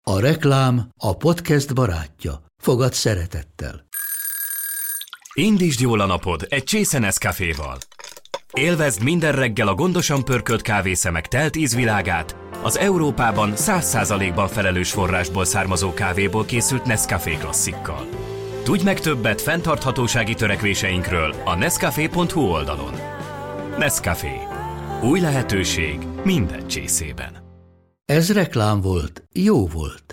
A reklám a podcast barátja. Fogad szeretettel. Indítsd jól a napod egy csésze Nescaféval. Élvezd minden reggel a gondosan pörkölt kávészemek telt ízvilágát, az Európában 100%-ban felelős forrásból származó kávéból készült Nescafé klasszikkal. Tudj meg többet fenntarthatósági törekvéseinkről a nescafé.hu oldalon. Nescafé. Új lehetőség minden csészében. Ez reklám volt, jó volt.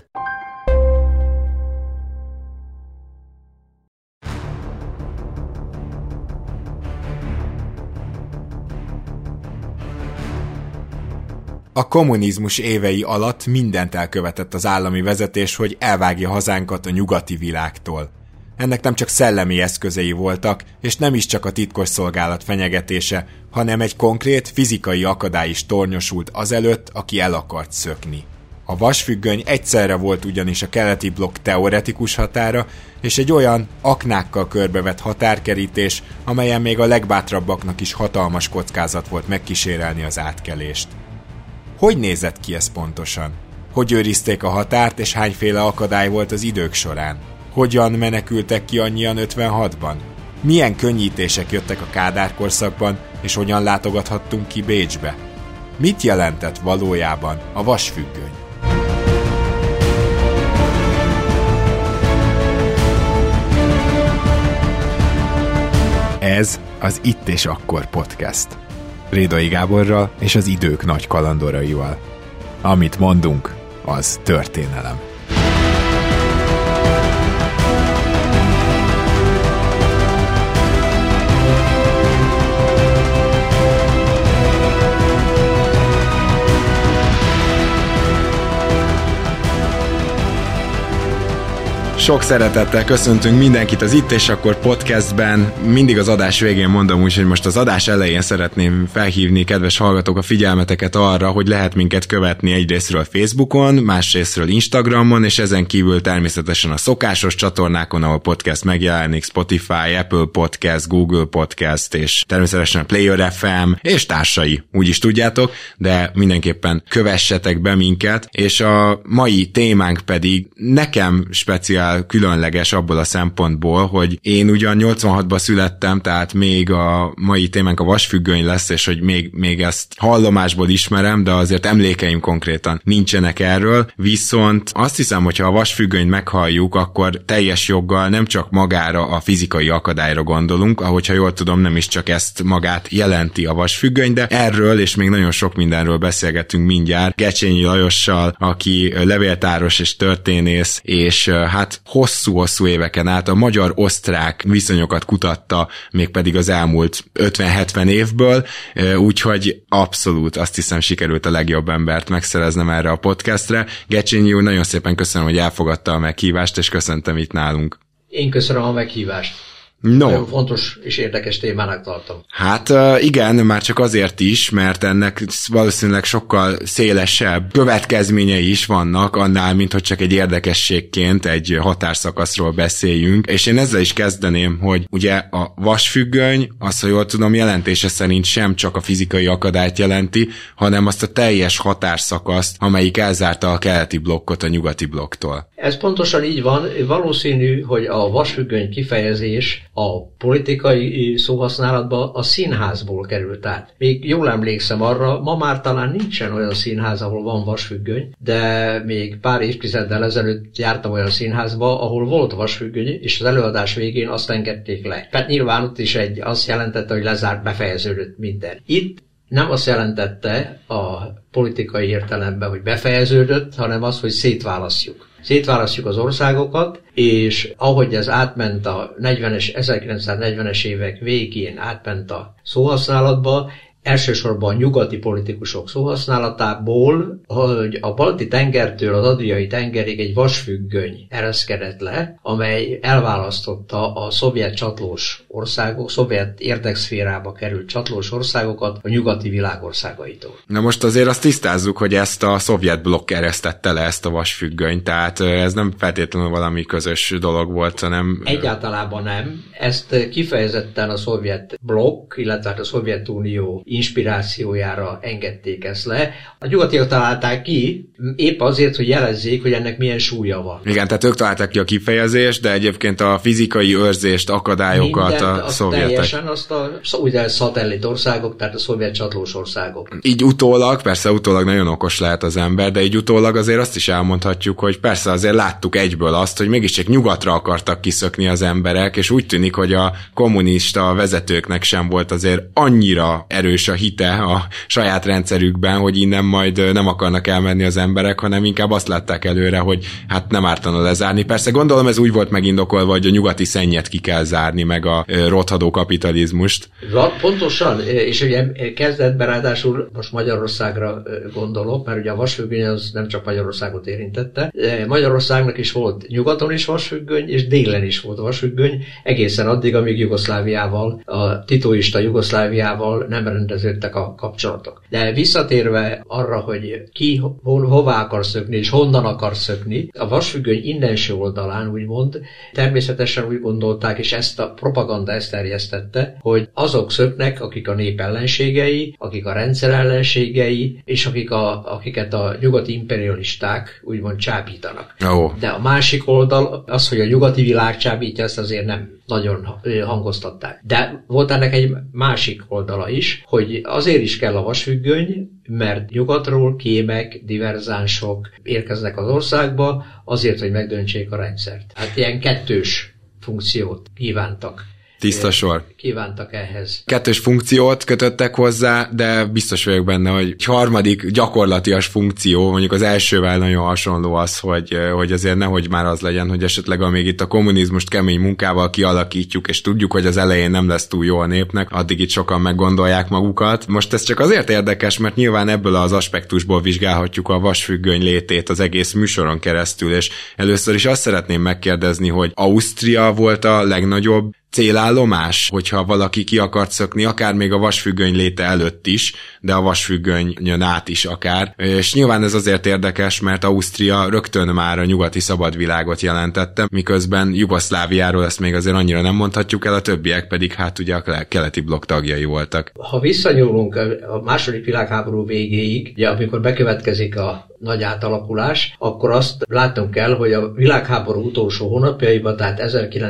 A kommunizmus évei alatt mindent elkövetett az állami vezetés, hogy elvágja hazánkat a nyugati világtól. Ennek nem csak szellemi eszközei voltak, és nem is csak a titkosszolgálat fenyegetése, hanem egy konkrét fizikai akadály is tornyosult azelőtt, aki el akart szökni. A vasfüggöny egyszerre volt ugyanis a keleti blokk teoretikus határa, és egy olyan aknákkal körbevett határkerítés, amelyen még a legbátrabbaknak is hatalmas kockázat volt megkísérelni az átkelést. Hogy nézett ki ez pontosan? Hogy őrizték a határt, és hányféle akadály volt az idők során? Hogyan menekültek ki annyian 56-ban? Milyen könnyítések jöttek a Kádár korszakban, és hogyan látogathattunk ki Bécsbe? Mit jelentett valójában a vasfüggöny? Ez az Itt és Akkor podcast. Rédai Gáborral és az idők nagy kalandoraival. Amit mondunk, az történelem. Sok szeretettel köszöntünk mindenkit az Itt és Akkor podcastben. Mindig az adás végén mondom úgy, hogy most az adás elején szeretném felhívni, kedves hallgatók, a figyelmeteket arra, hogy lehet minket követni egyrészről Facebookon, másrészről Instagramon, és ezen kívül természetesen a szokásos csatornákon, ahol podcast megjelenik, Spotify, Apple Podcast, Google Podcast, és természetesen a Player FM, és társai, úgyis tudjátok, de mindenképpen kövessetek be minket, és a mai témánk pedig nekem speciál különleges abból a szempontból, hogy én ugyan 86-ban születtem, tehát még a mai témánk a vasfüggöny lesz, és hogy még ezt hallomásból ismerem, de azért emlékeim konkrétan nincsenek erről, viszont azt hiszem, hogyha a vasfüggönyt meghalljuk, akkor teljes joggal nem csak magára a fizikai akadályra gondolunk, ahogyha jól tudom, nem is csak ezt magát jelenti a vasfüggöny, de erről és még nagyon sok mindenről beszélgetünk mindjárt Gecsényi Lajossal, aki levéltáros és történész, és hát hosszú-hosszú éveken át a magyar-osztrák viszonyokat kutatta, mégpedig az elmúlt 50-70 évből, úgyhogy abszolút azt hiszem sikerült a legjobb embert megszereznem erre a podcastre. Gecsényi úr, nagyon szépen köszönöm, hogy elfogadta a meghívást, és köszöntöm itt nálunk. Én köszönöm a meghívást. No. Nagyon fontos és érdekes témának tartom. Hát igen, már csak azért is, mert ennek valószínűleg sokkal szélesebb következményei is vannak annál, mint hogy csak egy érdekességként egy határszakaszról beszéljünk. És én ezzel is kezdeném, hogy ugye a vasfüggöny, azt, ha jól tudom, jelentése szerint sem csak a fizikai akadályt jelenti, hanem azt a teljes határszakaszt, amelyik elzárta a keleti blokkot a nyugati blokktól. Ez pontosan így van. Valószínű, hogy a vasfüggöny kifejezés a politikai szóhasználatba a színházból került át. Még jól emlékszem arra, ma már talán nincsen olyan színház, ahol van vasfüggöny, de még pár évtizeddel ezelőtt jártam olyan színházba, ahol volt vasfüggöny, és az előadás végén azt engedték le. Tehát nyilván ott is azt jelentette, hogy lezárt, befejeződött minden. Itt nem azt jelentette a politikai értelemben, hogy befejeződött, hanem az, hogy szétválasztjuk. Szétválasztjuk az országokat, és ahogy ez átment a 1940-es évek végén, átment a szóhasználatba, elsősorban a nyugati politikusok szóhasználatából, hogy a Balti-tengertől az Adriai-tengerig egy vasfüggöny ereszkedett le, amely elválasztotta a szovjet csatlós országok, szovjet érdekszférába került csatlós országokat a nyugati világ országaitól. Na most azért azt tisztázzuk, hogy ezt a szovjet blokk eresztette le, ezt a vasfüggönyt, tehát ez nem feltétlenül valami közös dolog volt, hanem... Egyáltalában nem. Ezt kifejezetten a szovjet blokk, illetve a Szovjetunió inspirációjára engedték ezt le. A nyugatiak találták ki, épp azért, hogy jelezzék, hogy ennek milyen súlya van. Igen, tehát ők találták ki a kifejezést, de egyébként a fizikai őrzést, akadályokat mindent, a szovjetek. Teljesen azt a úgynevezett szatellit országok, tehát a szovjet csatlós országok. Így utólag, persze utólag nagyon okos lehet az ember, de így utólag azért azt is elmondhatjuk, hogy persze azért láttuk egyből azt, hogy mégiscsak nyugatra akartak kiszökni az emberek, és úgy tűnik, hogy a kommunista vezetőknek sem volt azért annyira erős a hite a saját rendszerükben, hogy innen majd nem akarnak elmenni az emberek, hanem inkább azt látták előre, hogy hát nem ártana lezárni. Persze gondolom ez úgy volt megindokolva, hogy a nyugati szennyet ki kell zárni, meg a rothadó kapitalizmust. Pontosan, és ugye kezdetben ráadásul most Magyarországra gondolok, mert ugye a vasfüggöny az nem csak Magyarországot érintette. Magyarországnak is volt nyugaton is vasfüggöny, és délen is volt vasfüggöny, egészen addig, amíg Jugoszláviával, a titoista Jugoszláviával nem rendeződtek a kapcsolatok. De visszatérve arra, hogy ki hová akar szökni, és honnan akar szökni, a vasfüggöny innenső oldalán úgymond természetesen úgy gondolták, és ezt a propaganda ezt terjesztette, hogy azok szöknek, akik a nép ellenségei, akik a rendszer ellenségei, és akiket a nyugati imperialisták úgymond csábítanak. Oh. De a másik oldal az, hogy a nyugati világ csábítja, ezt azért nem nagyon hangoztatták. De volt ennek egy másik oldala is, hogy azért is kell a vasfüggöny, mert nyugatról kémek, diverzánsok érkeznek az országba, azért, hogy megdöntsék a rendszert. Hát ilyen kettős funkciót kívántak. Tiszta sor. Kívántak ehhez. Kettős funkciót kötöttek hozzá, de biztos vagyok benne, hogy egy harmadik gyakorlatias funkció, mondjuk az elsővel nagyon hasonló az, hogy azért nehogy már az legyen, hogy esetleg amíg itt a kommunizmust kemény munkával kialakítjuk, és tudjuk, hogy az elején nem lesz túl jó a népnek, addig itt sokan meggondolják magukat. Most ez csak azért érdekes, mert nyilván ebből az aspektusból vizsgálhatjuk a vasfüggöny létét az egész műsoron keresztül, és először is azt szeretném megkérdezni, hogy Ausztria volt a legnagyobb célállomás, hogyha valaki ki akart szökni, akár még a vasfüggöny léte előtt is, de a vasfüggönyön át is akár. És nyilván ez azért érdekes, mert Ausztria rögtön már a nyugati szabadvilágot jelentette, miközben Jugoszláviáról ezt még azért annyira nem mondhatjuk el, a többiek pedig hát ugye a keleti blokk tagjai voltak. Ha visszanyúlunk a második világháború végéig, ugye amikor bekövetkezik a nagy átalakulás, akkor azt látnunk kell, hogy a világháború utolsó hónapjaiban, tehát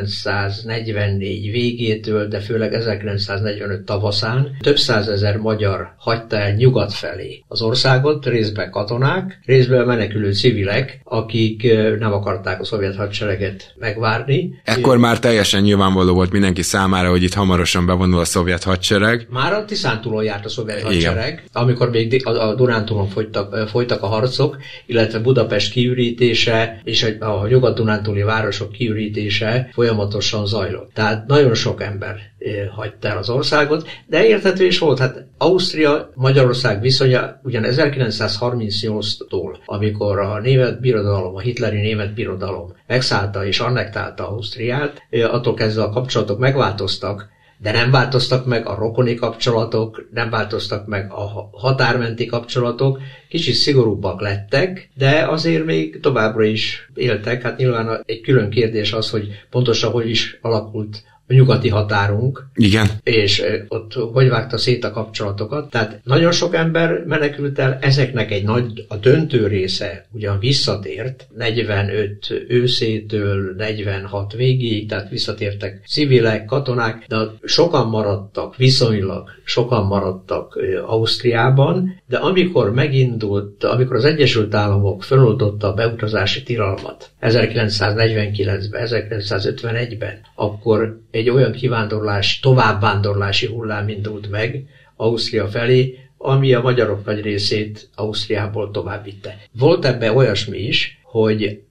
1944 végétől, de főleg 1945 tavaszán több százezer magyar hagyta el nyugat felé az országot, részben katonák, részben menekülő civilek, akik nem akarták a szovjet hadsereget megvárni. Ekkor már teljesen nyilvánvaló volt mindenki számára, hogy itt hamarosan bevonul a szovjet hadsereg. Már a Tiszántúlon járt a szovjet hadsereg, amikor még a Dunántúlon folytak a harcok, illetve Budapest kiürítése és a nyugat-dunántúli városok kiürítése folyamatosan zajlott. Tehát nagyon sok ember hagyta el az országot, de érthető is volt. Hát Ausztria-Magyarország viszonya ugyan 1938-tól, amikor a német birodalom, a hitleri német birodalom megszállta és annektálta Ausztriát, attól kezdve a kapcsolatok megváltoztak, de nem változtak meg a rokoni kapcsolatok, nem változtak meg a határmenti kapcsolatok, kicsit szigorúbbak lettek, de azért még továbbra is éltek. Hát nyilván egy külön kérdés az, hogy pontosan hogy is alakult a nyugati határunk. Igen. És ott hogy vágta szét a kapcsolatokat. Tehát nagyon sok ember menekült el, ezeknek a döntő része ugyan visszatért, 45 őszétől 46 végéig, tehát visszatértek civilek, katonák, de sokan maradtak, viszonylag sokan maradtak Ausztriában, de amikor az Egyesült Államok feloldotta a beutazási tilalmat 1949-ben, 1951-ben, akkor egy olyan továbbvándorlási hullám indult meg Ausztria felé, ami a magyarok nagy részét Ausztriából tovább vitte. Volt ebben olyasmi is, hogy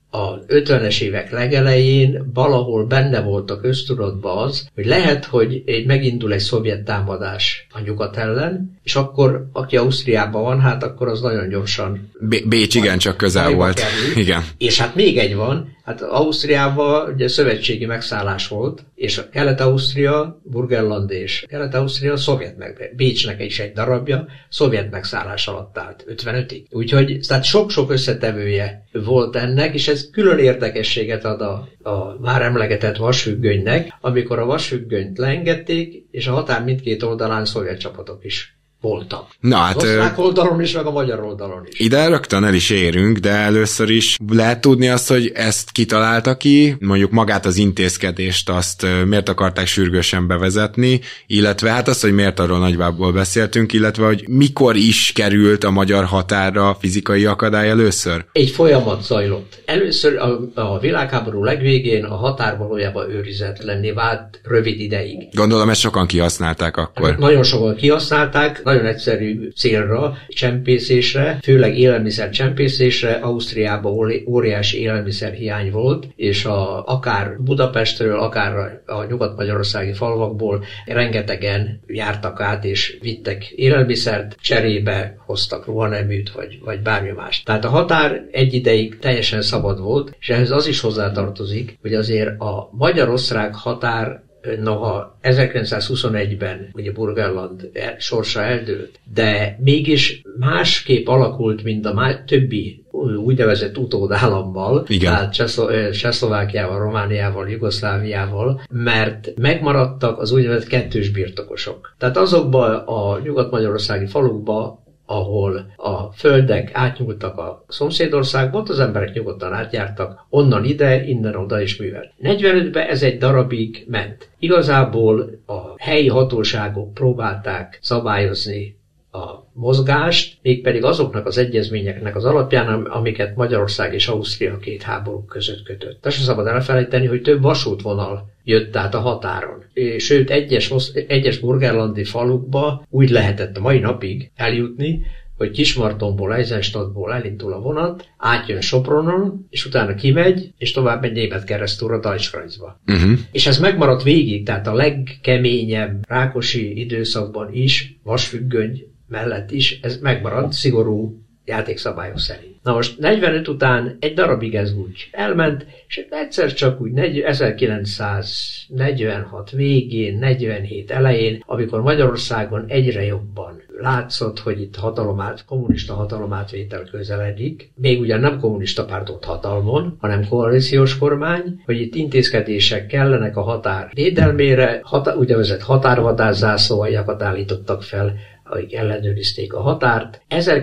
a 50-es évek legelején valahol benne volt a köztudatban az, hogy lehet, hogy megindul egy szovjet támadás a nyugat ellen, és akkor, aki Ausztriában van, hát akkor az nagyon gyorsan... Bécs igencsak közel volt. Igen. És hát még egy van, hát Ausztriában ugye szövetségi megszállás volt, és a Kelet-Ausztria, Burgenland és Kelet-Ausztria szovjet Bécsnek is egy darabja szovjet megszállás alatt állt 55-ig. Úgyhogy tehát sok-sok összetevője volt ennek, és ez külön érdekességet ad a már emlegetett vasfüggönynek, amikor a vasfüggönyt leengedték, és a határ mindkét oldalán szovjet csapatok is voltak. Na, hát, az osztrák oldalon is, meg a magyar oldalon is. Ide rögtön el is érünk, de először is lehet tudni azt, hogy ezt kitalálta ki, mondjuk magát az intézkedést, azt miért akarták sürgősen bevezetni, illetve hát azt, hogy miért arról nagyjából beszéltünk, illetve hogy mikor is került a magyar határra fizikai akadály először? Egy folyamat zajlott. Először a világháború legvégén a határ valójában őrizetlenné vált rövid ideig. Gondolom, ezt sokan kihasználták akkor. Nagyon sokan kihasználták, nagyon egyszerű célra, csempészésre, főleg élelmiszer csempészésre. Ausztriában óriási élelmiszerhiány volt, és akár Budapestről, akár a nyugat-magyarországi falvakból rengetegen jártak át, és vittek élelmiszert, cserébe hoztak ruhaneműt, vagy bármi más. Tehát a határ egy ideig teljesen szabad volt, és ehhez az is hozzátartozik, hogy azért a magyar-osztrák határ, noha 1921-ben ugye Burgenland sorsa eldőlt, de mégis másképp alakult, mint a többi úgynevezett utódállammal, tehát Csehszlovákiával, Romániával, Jugoszláviával, mert megmaradtak az úgynevezett kettős birtokosok. Tehát azokban a nyugat-magyarországi falukban, ahol a földek átnyúltak a szomszédországba, ott az emberek nyugodtan átjártak, onnan ide, innen oda is művelt. 45-ben ez egy darabig ment. Igazából a helyi hatóságok próbálták szabályozni a mozgást, mégpedig azoknak az egyezményeknek az alapján, amiket Magyarország és Ausztria két háború között kötött. De sem szabad elfelejteni, hogy több vasútvonal jött át a határon. Sőt, egyes burgenlandi falukba úgy lehetett a mai napig eljutni, hogy Kismartonból, Eisenstadtból elindul a vonat, átjön Sopronon, és utána kimegy, és tovább megy Németkeresztúra Deutschkreuzba. És ez megmaradt végig, tehát a legkeményebb rákosi időszakban is, vasfüggöny mellett is, ez megmaradt szigorú játékszabályok szerint. Na most 45 után egy darabig ez úgy elment, és egyszer csak úgy 1946 végén, 47 elején, amikor Magyarországon egyre jobban látszott, hogy itt kommunista hatalomátvétel közeledik, még ugyan nem kommunista párt ott hatalmon, hanem koalíciós kormány, hogy itt intézkedések kellenek a határ védelmére, úgynevezett határvadászzászlóaljakat állítottak fel, akik ellenőrizték a határt.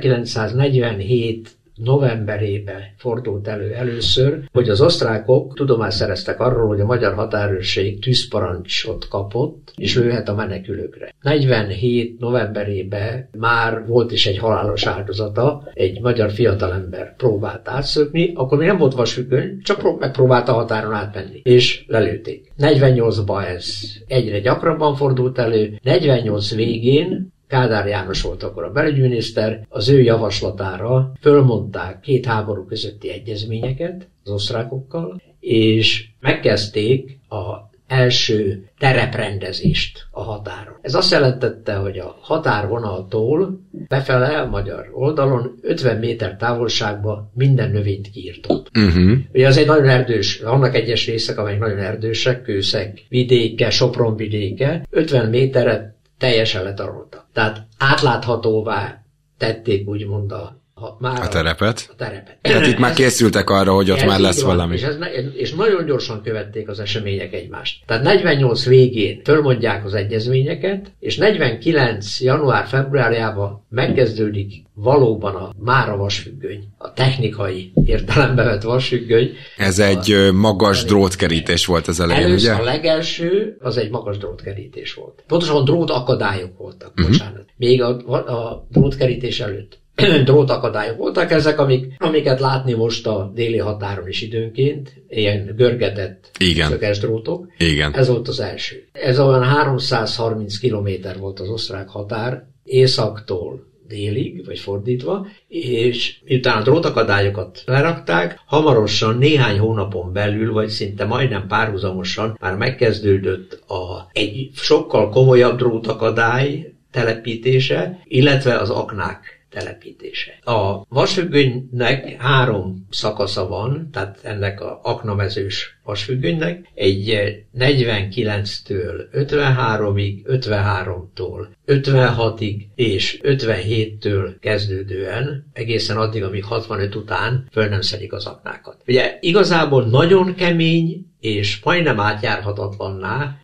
1947 novemberében fordult elő először, hogy az osztrákok tudomást szereztek arról, hogy a magyar határőrség tűzparancsot kapott, és lőhet a menekülőkre. 47 novemberében már volt is egy halálos áldozata, egy magyar fiatalember próbált átszökni, akkor még nem volt vasfüggöny, csak megpróbálta a határon átmenni, és lelőtték. 48-ban ez egyre gyakrabban fordult elő, 48 végén Kádár János volt akkor a belügyminiszter, az ő javaslatára fölmondták két háború közötti egyezményeket az osztrákokkal, és megkezdték az első tereprendezést a határon. Ez azt jelentette, hogy a határvonaltól befele a magyar oldalon 50 méter távolságban minden növényt kiirtott. Ugye az egy nagyon erdős, vannak egyes részek, amelyek nagyon erdősek, Kőszeg vidéke, Sopron vidéke, 50 méteret teljesen letaroltak. Tehát átláthatóvá tették úgymond a terepet. Tehát itt már készültek arra, hogy ott már lesz valami. És nagyon gyorsan követték az események egymást. Tehát 48 végén fölmondják az egyezményeket, és 49 január-februárjában megkezdődik valóban már a vasfüggöny. A technikai értelembe vett vasfüggöny. Ez egy magas drótkerítés volt az elején, ugye? A legelső az egy magas drótkerítés volt. Pontosan drótakadályok voltak, bocsánat. Még a drótkerítés előtt. Drótakadályok voltak ezek, amiket látni most a déli határon is időnként, ilyen görgetett szöges drótok. Igen. Ez volt az első. Ez olyan 330 kilométer volt az osztrák határ, északtól délig, vagy fordítva, és miután a drótakadályokat lerakták, hamarosan néhány hónapon belül, vagy szinte majdnem párhuzamosan már megkezdődött egy sokkal komolyabb drótakadály telepítése, illetve az aknák telepítése. A vasfüggönynek 3 szakasza van, tehát ennek az aknamezős vasfüggönynek, egy 49-től 53-ig, 53-tól 56-ig és 57-től kezdődően, egészen addig, amíg 65 után föl nem szedik az aknákat. Ugye igazából nagyon kemény és majdnem átjárhatatlanná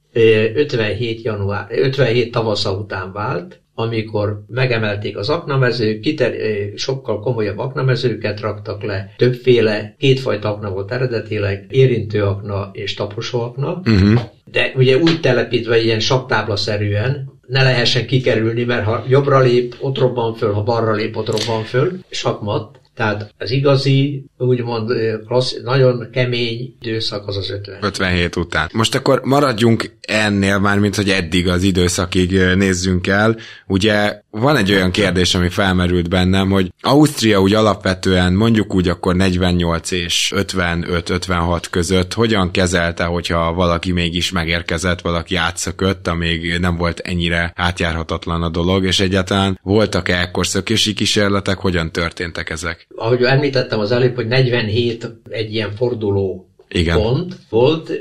57 tavasza után vált, amikor megemelték az aknamezők, sokkal komolyabb aknamezőket raktak le, többféle, 2 fajta akna volt eredetileg, érintőakna és taposóakna, de ugye úgy telepítve ilyen saptáblaszerűen, ne lehessen kikerülni, mert ha jobbra lép, ott robban föl, ha balra lép, ott robban föl, sakmat. Tehát az igazi, úgymond nagyon kemény időszak az az 57 után. Most akkor maradjunk ennél már, mint hogy eddig az időszakig nézzünk el. Ugye van egy olyan kérdés, ami felmerült bennem, hogy Ausztria úgy alapvetően mondjuk úgy akkor 48 és 55-56 között hogyan kezelte, hogyha valaki mégis megérkezett, valaki átszökött, amíg nem volt ennyire átjárhatatlan a dolog, és egyáltalán voltak-e ekkor szökési kísérletek, hogyan történtek ezek? Ahogy említettem az előbb, hogy 47 egy ilyen forduló pont volt,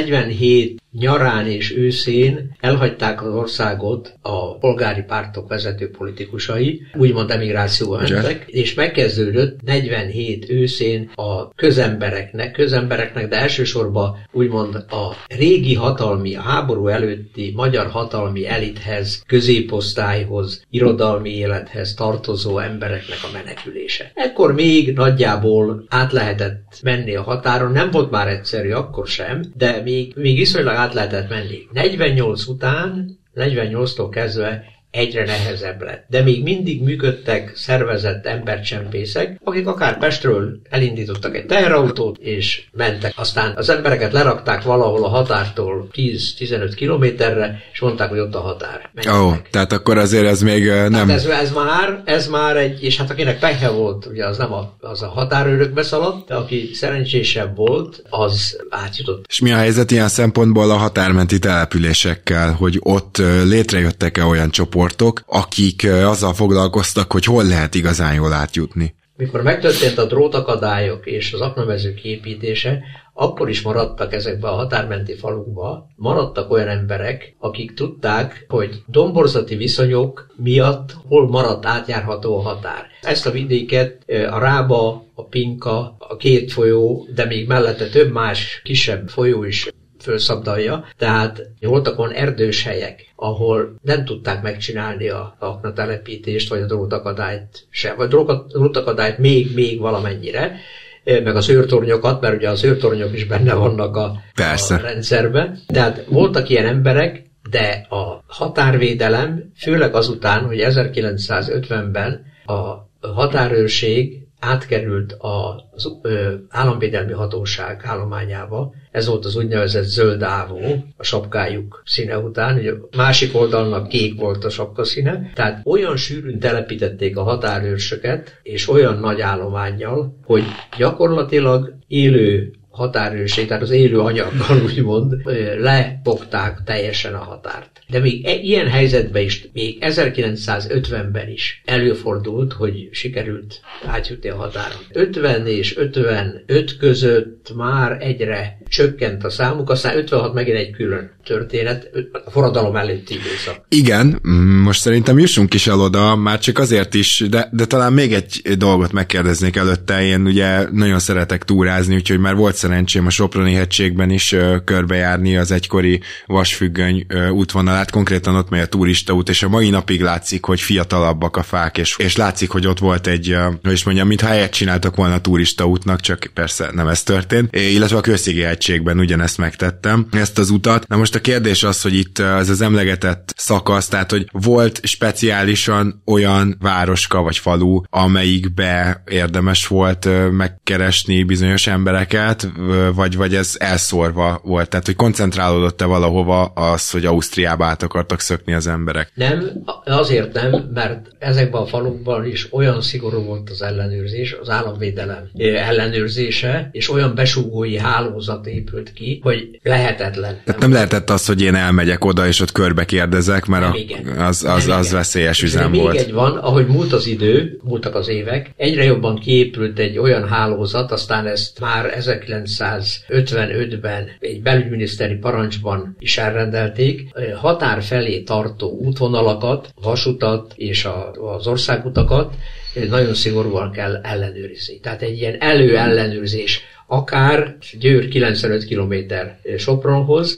47 nyarán és őszén elhagyták az országot a polgári pártok vezető politikusai, úgymond emigrációba mentek, és megkezdődött 47 őszén a közembereknek, de elsősorban úgymond a régi hatalmi, a háború előtti magyar hatalmi elithez, középosztályhoz, irodalmi élethez tartozó embereknek a menekülése. Ekkor még nagyjából át lehetett menni a határon, nem volt már egyszerű akkor sem, de még viszonylag át lehetett menni. 48 után, 48-tól kezdve egyre nehezebb lett. De még mindig működtek szervezett embercsempészek, akik akár Pestről elindítottak egy teherautót, és mentek. Aztán az embereket lerakták valahol a határtól 10-15 kilométerre, és mondták, hogy ott a határ. Tehát akkor azért ez még nem... Ez már egy, és hát akinek pekhe volt, ugye az nem az a határőrökbe szaladt, de aki szerencsésebb volt, az átjutott. És mi a helyzet ilyen szempontból a határmenti településekkel, hogy ott létrejöttek-e olyan csoportok, akik azzal foglalkoztak, hogy hol lehet igazán jól átjutni? Mikor megtörtént a drótakadályok és az aknamezők építése, akkor is maradtak ezekbe a határmenti falukba, maradtak olyan emberek, akik tudták, hogy domborzati viszonyok miatt hol maradt átjárható a határ. Ezt a vidéket a Rába, a Pinka, a 2 folyó, de még mellette több más kisebb folyó is fölszabdalja, tehát voltak olyan erdős helyek, ahol nem tudták megcsinálni a aknatelepítést, vagy a drótakadályt sem, vagy drótakadályt még valamennyire, meg az őrtornyokat, mert ugye az őrtornyok is benne vannak a rendszerben. Tehát voltak ilyen emberek, de a határvédelem, főleg azután, hogy 1950-ben a határőrség átkerült az államvédelmi hatóság állományába. Ez volt az úgynevezett zöld ávó, a sapkájuk színe után. Ugye a másik oldalnak kék volt a sapka színe. Tehát olyan sűrűn telepítették a határőrsöket, és olyan nagy állománnyal, hogy gyakorlatilag élő határőrség, tehát az élő anyaggal úgymond lefogták teljesen a határt. De még ilyen helyzetben is, még 1950-ben is előfordult, hogy sikerült átjutni a határon. 50 és 55 között már egyre csökkent a számuk, aztán 56 megint egy külön történet, a forradalom előtti időszak. Igen, most szerintem jussunk is el oda, már csak azért is, de talán még egy dolgot megkérdeznék előtte. Én ugye nagyon szeretek túrázni, úgyhogy már volt szerencsém a Soproni-hegységben is körbejárni az egykori vasfüggöny útvonalát, konkrétan ott megy a turistaút, és a mai napig látszik, hogy fiatalabbak a fák, és látszik, hogy ott volt egy, hogy is mondjam, mintha helyet csináltak volna a turistaútnak, csak persze nem ez történt, illetve a Kőszegi-hegységben ugyanezt megtettem, ezt az utat. Na most a kérdés az, hogy itt ez az emlegetett szakasz, tehát hogy volt speciálisan olyan városka vagy falu, amelyikbe érdemes volt megkeresni bizonyos embereket, vagy ez elszórva volt? Tehát, hogy koncentrálódott-e valahova az, hogy Ausztriába át akartak szökni az emberek? Nem, azért nem, mert ezekben a falukban is olyan szigorú volt az ellenőrzés, az államvédelem ellenőrzése, és olyan besúgói hálózat épült ki, hogy lehetetlen. Tehát nem lehetett az, hogy én elmegyek oda, és ott körbe kérdezek, mert az veszélyes üzem volt. Még egy van, ahogy múltak az évek, egyre jobban kiépült egy olyan hálózat, aztán ezt már 1955-ben egy belügyminiszteri parancsban is elrendelték, határ felé tartó útvonalakat, vasutat és az országutakat nagyon szigorúan kell ellenőrizni. Tehát egy ilyen előellenőrzés, akár Győr 95 km Sopronhoz,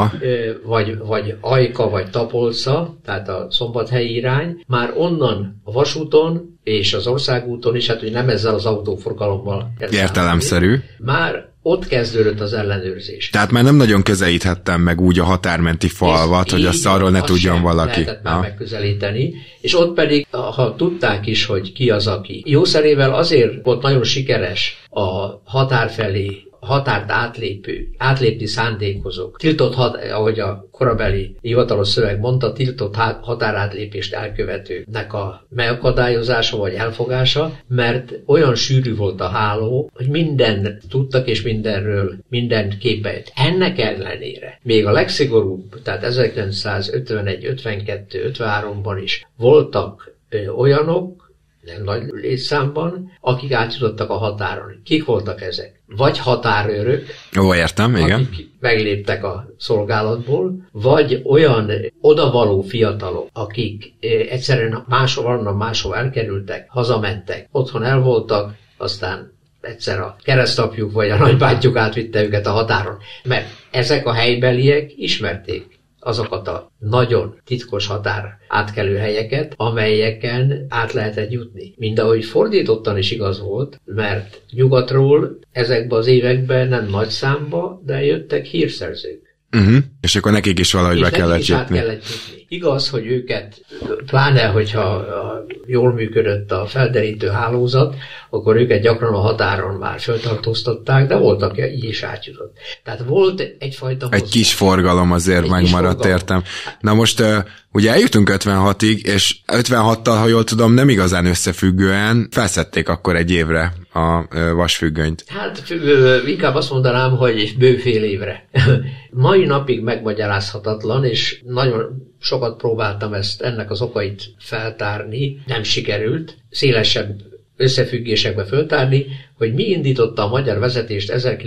vagy Ajka, vagy Tapolca, tehát a szombathelyi irány, már onnan a vasúton és az országúton is, hát hogy nem ezzel az autóforgalommal értelemszerű. Már ott kezdődött az ellenőrzés. Tehát már nem nagyon közelíthettem meg úgy a határmenti falvat, hogy azt arról ne tudjon valaki. Lehetett már megközelíteni, és ott pedig, ha tudták is, hogy ki az, aki. Jószerével azért volt nagyon sikeres a határ felé, határt átlépni szándékozók. Ahogy a korabeli hivatalos szöveg mondta, tiltott határátlépést elkövetőknek a megakadályozása vagy elfogása, mert olyan sűrű volt a háló, hogy mindent tudtak és mindent képelt. Ennek ellenére még a legszigorúbb, tehát 1951, 52, 53-ban is voltak olyanok, nem nagy létszámban, akik átjutottak a határon. Kik voltak ezek? Vagy határőrök, értem, igen. Akik megléptek a szolgálatból, vagy olyan odavaló fiatalok, akik egyszerűen máshol elkerültek, hazamentek, otthon el voltak, aztán egyszer a keresztapjuk vagy a nagybátyjuk átvitte őket a határon. Mert ezek a helybeliek ismerték azokat a nagyon titkos határ átkelő helyeket, amelyeken át lehetett jutni. Mindahogy fordítottan is igaz volt, mert nyugatról ezekben az években nem nagy számba, de jöttek hírszerzők. És akkor nekik is valahogy be kellett jutni. Igaz, hogy őket, pláne hogyha jól működött a felderítő hálózat, akkor őket gyakran a határon már föltartóztatták, de voltak, aki így is átjutott. Tehát volt egyfajta egy kis forgalom azért megmaradt, értem. Na most ugye eljutunk 56-ig, és 56-tal, ha jól tudom, nem igazán összefüggően felszedték akkor egy évre a vasfüggönyt. Hát inkább azt mondanám, hogy bőfél évre. Mai napig megmagyarázhatatlan, és nagyon sokat próbáltam ennek az okait feltárni, nem sikerült, szélesebb összefüggésekbe föltárni, hogy mi indította a magyar vezetést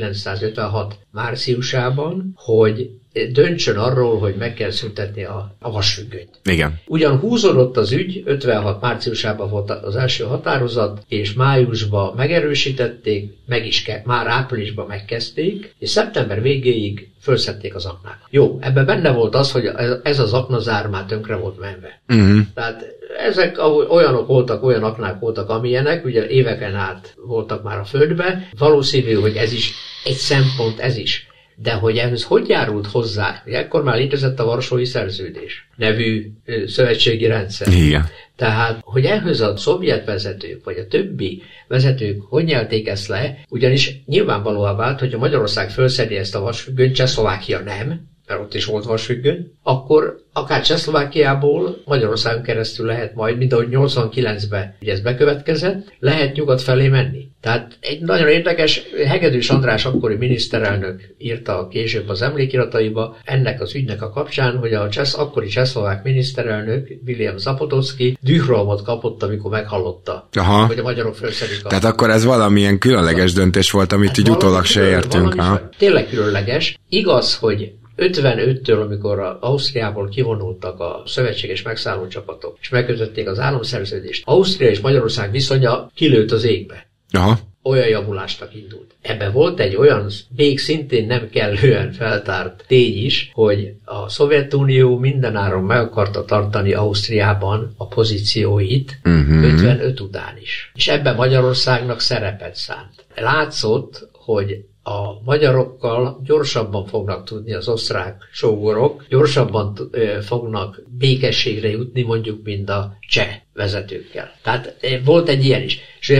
1956 márciusában, hogy döntsön arról, hogy meg kell szüntetni a vasfüggönyt. Igen. Ugyan húzódott az ügy, 56 márciusában volt az első határozat, és májusban megerősítették, már áprilisban megkezdték, és szeptember végéig fölszedték az aknát. Jó, ebben benne volt az, hogy ez az aknazár már tönkre volt menve. Tehát ezek olyan aknák voltak, amilyenek, ugye éveken át voltak már a földbe. Valószínű, hogy ez is egy szempont, ez is. De hogy ehhez hogy járult hozzá? Ekkor már létezett a Varsói Szerződés nevű szövetségi rendszer. Igen. Tehát, hogy ehhez a szovjet vezetők, vagy a többi vezetők hogy nyelték ezt le, ugyanis nyilvánvalóan vált, hogy a Magyarország fölszedi ezt a vasfüggönyt, Csehszlovákia nem, mert ott is volt vasfüggöny, akkor akár Csehszlovákiából Magyarországon keresztül lehet majd, mint ahogy 89-ben ugye ez bekövetkezett, lehet nyugat felé menni. Tehát egy nagyon érdekes, Hegedűs András akkori miniszterelnök írta később az emlékirataiba ennek az ügynek a kapcsán, hogy a akkori csehszlovák miniszterelnök William Zapotocki dührohamot kapott, amikor meghallotta, hogy a magyarok felszedik a... Tehát akkor ez valamilyen különleges döntés volt, amit így utólag se értünk. Tényleg különleges. Igaz, hogy 55-től, amikor Ausztriából kivonultak a szövetséges megszálló csapatok, és megkötötték az államszerződést, Ausztria és Magyarország viszonya kilőtt az égbe. Olyan javulásnak indult. Ebben volt egy olyan, még szintén nem kellően feltárt tény is, hogy a Szovjetunió mindenáron meg akarta tartani Ausztriában a pozícióit 55 után is. És ebben Magyarországnak szerepet szánt. Látszott, hogy a magyarokkal gyorsabban fognak tudni az osztrák sógorok, gyorsabban fognak békességre jutni, mondjuk, mint a cseh vezetőkkel. Tehát volt egy ilyen is. És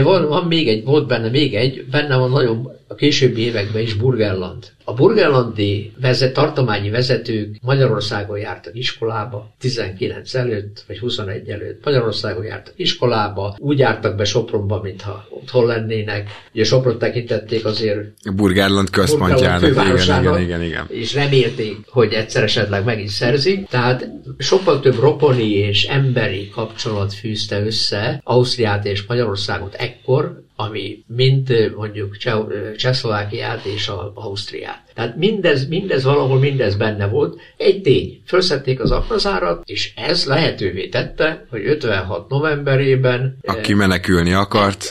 benne van nagyon a későbbi években is Burgenland. A burgenlandi tartományi vezetők Magyarországon jártak iskolába, 19 előtt, vagy 21 előtt Magyarországon jártak iskolába, úgy jártak be Sopronba, mintha otthon lennének. Ugye Sopron tekintették azért Burgenland központjának, igen. És remélték, hogy egyszer esetleg meg is szerzik. Tehát sokkal több rokoni és emberi kapcsolat fűzte össze Ausztriát és Magyarországot ekkor, ami mind mondjuk Csehszlovákiát és Ausztriát. Tehát mindez valahol benne volt. Egy tény, felszették az aknazárat, és ez lehetővé tette, hogy 56 novemberében... Aki menekülni akart,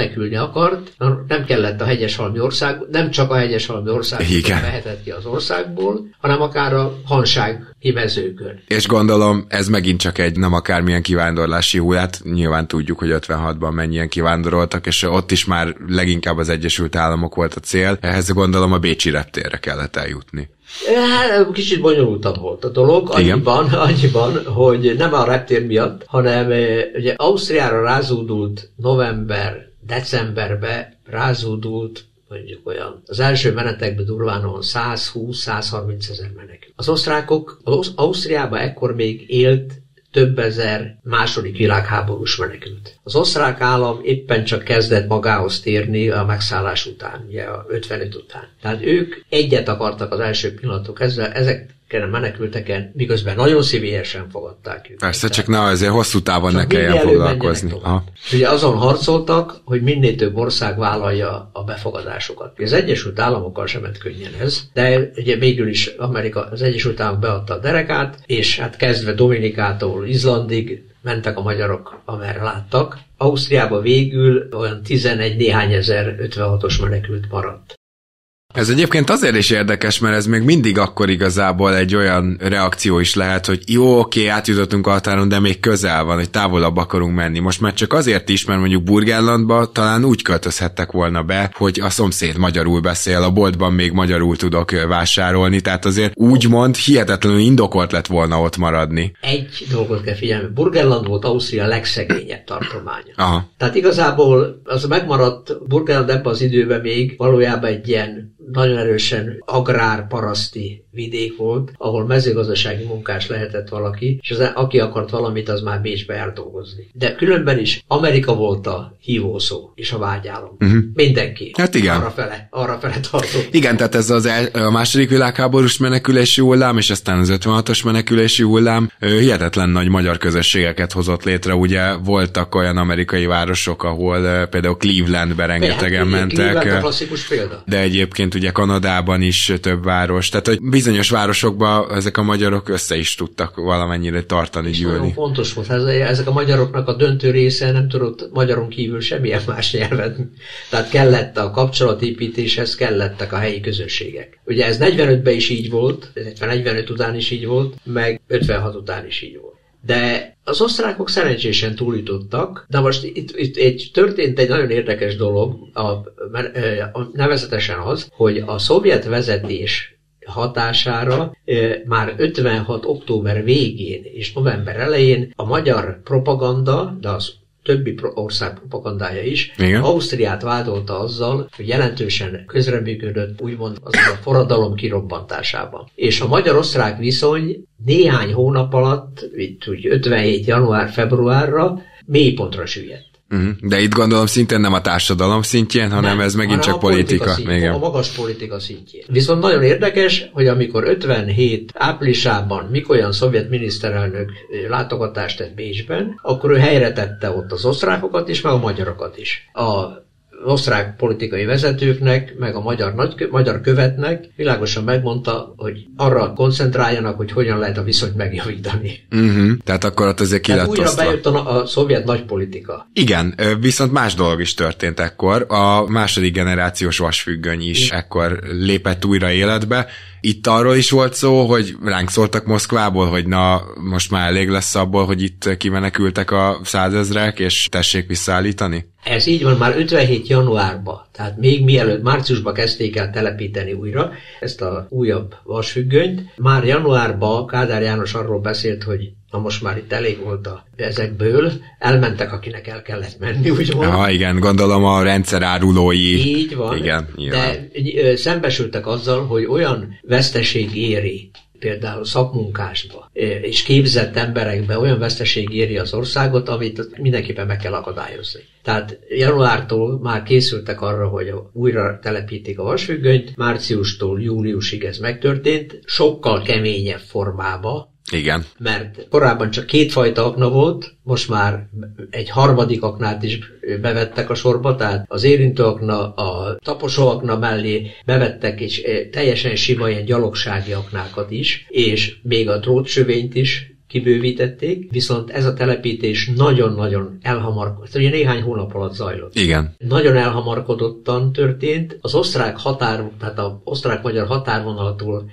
nem kellett a hegyeshalmi ország, nem csak a hegyeshalmi ország mehetett ki az országból, hanem akár a Hanság mezőkön. És gondolom, ez megint csak egy nem akármilyen kivándorlási hullát, nyilván tudjuk, hogy 56-ban mennyien kivándoroltak, és ott is már leginkább az Egyesült Államok volt a cél, ehhez gondolom a bécsi reptérre kellett eljutni. Hát, kicsit bonyolultabb volt a dolog, annyiban, hogy nem a reptér miatt, hanem ugye Ausztriára rázódult decemberbe rázódult mondjuk olyan. Az első menetekben durván 120-130 ezer menekült. Az osztrákok, Ausztriában ekkor még élt több ezer második világháborús menekült. Az osztrák állam éppen csak kezdett magához térni a megszállás után, ugye a 55 után. Tehát ők egyet akartak az első pillanatok kezdve, ezeken a menekülteken, miközben nagyon szívélyesen fogadták őket. Persze, csak azért hosszú távon ne kelljen foglalkozni. Ugye azon harcoltak, hogy minél több ország vállalja a befogadásokat. Az Egyesült Államokkal sem ment könnyen ez, de ugye végül is az Egyesült Államok beadta a derekát, és hát kezdve Dominikától Izlandig mentek a magyarok, amerre láttak. Ausztriában végül olyan 11 néhány ezer 56-os menekült maradt. Ez egyébként azért is érdekes, mert ez még mindig akkor igazából egy olyan reakció is lehet, hogy jó, oké, átjutottunk a határon, de még közel van, hogy távolabb akarunk menni. Most már csak azért is, mert mondjuk Burgenlandba talán úgy költözhettek volna be, hogy a szomszéd magyarul beszél, a boltban még magyarul tudok vásárolni, tehát azért úgymond hihetetlenül indokolt lett volna ott maradni. Egy dolgot kell figyelni, Burgenland volt Ausztria legszegényebb tartománya. Aha. Tehát igazából az megmaradt Burgenland ebben az időben még valójában egy ilyen nagyon erősen agrárparaszti vidék volt, ahol mezőgazdasági munkás lehetett valaki, és aki akart valamit, az már Bécsbe járt dolgozni. De különben is Amerika volt a hívószó és a vágyálom. Mindenki. Hát igen. Arra fele tartott. Igen, tehát ez a második világháborús menekülési hullám, és aztán az 56-os menekülési hullám hihetetlen nagy magyar közösségeket hozott létre. Ugye voltak olyan amerikai városok, ahol például Clevelandbe rengetegen mentek. Cleveland a klasszikus példa. De egyébként ugye Kanadában is több város. Tehát, hogy bizonyos városokban ezek a magyarok össze is tudtak valamennyire tartani, gyűlni. Nagyon fontos volt. Ezek a magyaroknak a döntő része nem tudott magyaron kívül semmilyen más nyelvet. Tehát kellett a kapcsolatépítéshez, kellettek a helyi közösségek. Ugye ez 45-ben is így volt, 45 után is így volt, meg 56 után is így volt. De az osztrákok szerencsésen túljutottak, de most itt történt egy nagyon érdekes dolog, nevezetesen az, hogy a szovjet vezetés hatására már 56. október végén és november elején a magyar propaganda, de az többi ország propagandája is, igen, Ausztriát vádolta azzal, hogy jelentősen közreműködött úgymond az a forradalom kirobbantásában. És a magyar-osztrák viszony néhány hónap alatt, úgy 57. január-februárra mélypontra süllyedt. De itt gondolom szintén nem a társadalom szintjén, hanem ez megint csak politika. A magas politika szintjén. Viszont nagyon érdekes, hogy amikor 57 áprilisában Mikojan szovjet miniszterelnök látogatást tett Bécsben, akkor ő helyre tette ott az osztrákokat is, meg a magyarokat is. Az osztrák politikai vezetőknek, meg a magyar követnek világosan megmondta, hogy arra koncentráljanak, hogy hogyan lehet a viszonyt megjavítani. Tehát akkor ott azért ki lett újra bejött a szovjet nagypolitika. Igen, viszont más dolog is történt ekkor. A második generációs vasfüggöny is ekkor lépett újra életbe. Itt arról is volt szó, hogy ránk szóltak Moszkvából, hogy na, most már elég lesz abból, hogy itt kimenekültek a 100 000-ek, és tessék visszaállítani? Ez így van, már 57 januárban. Tehát még mielőtt márciusban kezdték el telepíteni újra ezt a újabb vasfüggönyt, már januárban Kádár János arról beszélt, hogy na most már itt elég volt ezekből, elmentek, akinek el kellett menni, úgymond. Ja, igen, gondolom a rendszerárulói. Így van, igen, de szembesültek azzal, hogy olyan veszteség éri, például szakmunkásba és képzett emberekbe olyan veszteség éri az országot, amit mindenképpen meg kell akadályozni. Tehát januártól már készültek arra, hogy újra telepítik a vasfüggönyt, márciustól júliusig ez megtörtént, sokkal keményebb formába. Igen. Mert korábban csak 2 fajta akna volt, most már egy harmadik aknát is bevettek a sorba, tehát az érintő akna, a taposó akna mellé bevettek és teljesen sima ilyen gyalogsági aknákat is, és még a drótsövényt is kibővítették, viszont ez a telepítés nagyon-nagyon elhamarkodott, ugye néhány hónap alatt zajlott. Igen. Nagyon elhamarkodottan történt. Az osztrák határ, tehát az osztrák-magyar határvonalatól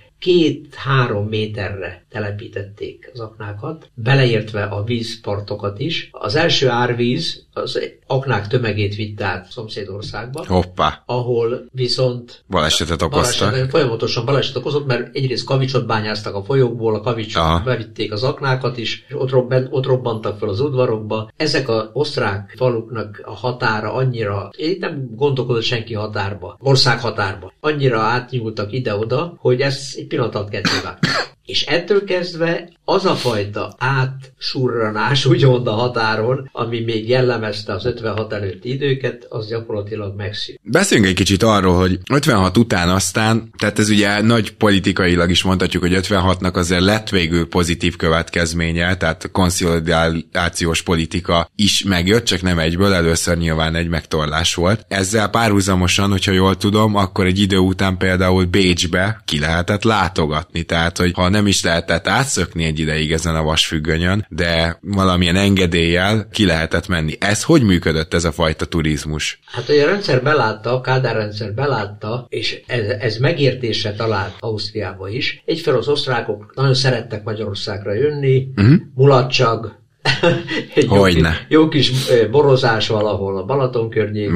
2-3 méterre telepítették az aknákat, beleértve a vízpartokat is. Az első árvíz az aknák tömegét vitte át szomszédországba. Hoppá. Ahol viszont balesetet okoztak. Folyamatosan baleset okozott, mert egyrészt kavicsot bányáztak a folyókból, a kavicsot bevitték az aknákat is, és ott robbantak fel az udvarokba. Ezek az osztrák faluknak a határa annyira, itt nem gondolkodott senki határba, ország határba, annyira átnyúltak ide-oda, hogy ez egy pillanat alatt kettévágtak. És ettől kezdve az a fajta átsurranás úgymond a határon, ami még jellemezte az 56 előtti időket, az gyakorlatilag megszűnt. Beszéljünk egy kicsit arról, hogy 56 után aztán, tehát ez ugye nagy politikailag is mondhatjuk, hogy 56-nak azért lett végül pozitív következménye, tehát a konszolidációs politika is megjött, csak nem egyből, először nyilván egy megtorlás volt. Ezzel párhuzamosan, hogyha jól tudom, akkor egy idő után például Bécsbe ki lehetett látogatni, tehát hogy ha nem is lehetett átszökni egy ideig ezen a vasfüggönyön, de valamilyen engedéllyel ki lehetett menni. Ez hogy működött ez a fajta turizmus? Hát, hogy a rendszer belátta, a Kádár rendszer belátta, és ez megértésre talált Ausztriába is. Egyfelől az osztrákok nagyon szerettek Magyarországra jönni, mulatság, egy jó kis borozás valahol a Balaton környékén.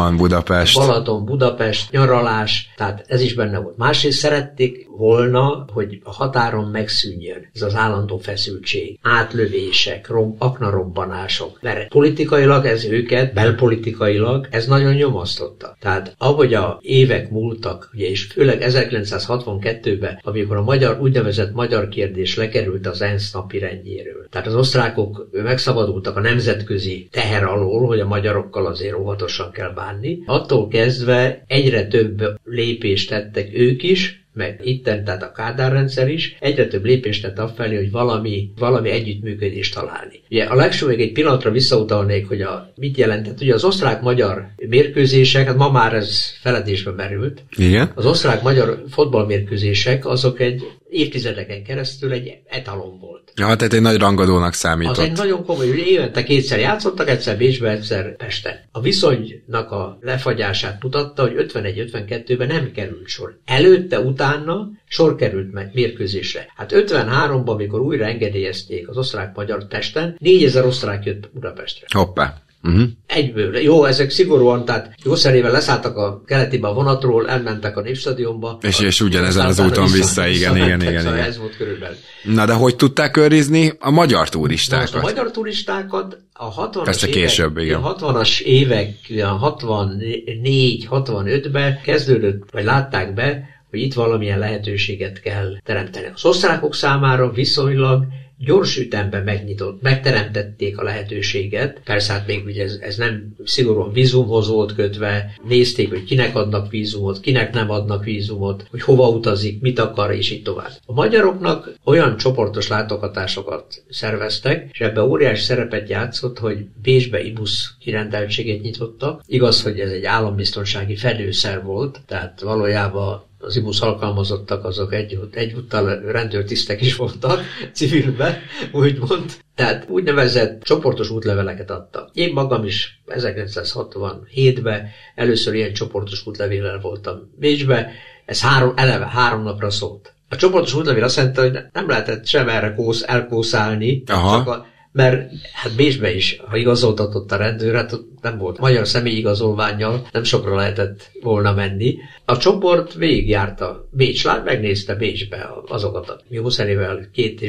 Balaton, Budapest, nyaralás, tehát ez is benne volt. Másrészt szerették volna, hogy a határon megszűnjön ez az állandó feszültség, átlövések, aknarobbanások. Mert politikailag ez őket, belpolitikailag ez nagyon nyomasztotta. Tehát ahogy a évek múltak, ugye, és főleg 1962-ben, amikor a úgynevezett magyar kérdés lekerült az ENSZ napirendjéről. Tehát az osztrákok megszabadultak a nemzetközi teher alól, hogy a magyarokkal azért óvatosan kell bánni. Attól kezdve egyre több lépést tettek ők is, meg itten, tehát a Kádár rendszer is, egyre több lépést tett afelé, hogy valami együttműködést találni. Ugye a legső még egy pillanatra visszautalnék, hogy mit jelentett. Ugye az osztrák-magyar mérkőzések, hát ma már ez feledésbe merült. Igen. Az osztrák-magyar fotballmérkőzések azok egy évtizedeken keresztül egy etalon volt. Ja, tehát egy nagy rangadónak számított. Az egy nagyon komoly, hogy évente 2-szer játszottak, egyszer Bécsben, egyszer Pesten. A viszonynak a lefagyását mutatta, hogy 51-52-ben nem került sor. Előtte, utána sor került meg mérkőzésre. Hát 53-ban, amikor újra engedélyezték az osztrák-magyar Pesten, 4000 osztrák jött Budapestre. Hoppá. Egyből. Jó, ezek szigorúan, tehát jószerével leszálltak a keletibe a vonatról, elmentek a Népstadionba. És ugyanezen az úton vissza, igen. Ez volt körülbelül. Na, de hogy tudták őrizni a magyar turistákat? A magyar turistákat a 60-as évek, 64-65-ben kezdődött, vagy látták be, hogy itt valamilyen lehetőséget kell teremteni. Az osztrákok számára viszonylag gyors ütemben megteremtették a lehetőséget. Persze hát még ugye ez nem szigorúan vízumhoz volt kötve, nézték, hogy kinek adnak vízumot, kinek nem adnak vízumot, hogy hova utazik, mit akar, és így tovább. A magyaroknak olyan csoportos látogatásokat szerveztek, és ebben óriási szerepet játszott, hogy Bécsbe ibusz kirendeltséget nyitottak. Igaz, hogy ez egy állambiztonsági fedőszer volt, tehát valójában az ibusz alkalmazottak azok egyúttal rendőrtisztek is voltak, civilben, úgymond. Tehát úgynevezett csoportos útleveleket adtak. Én magam is 1967-ben először ilyen csoportos útlevéllel voltam Bécsbe, ez eleve 3 napra szólt. A csoportos útlevél azt jelenti, hogy nem lehetett sem erre elkószálni, csak mert hát Bécsbe is, ha igazoltatott a rendőr, hát nem volt magyar személyigazolvánnyal, nem sokra lehetett volna menni. A csoport végigjárta Bécs, megnézte Bécsbe azokat jó szerével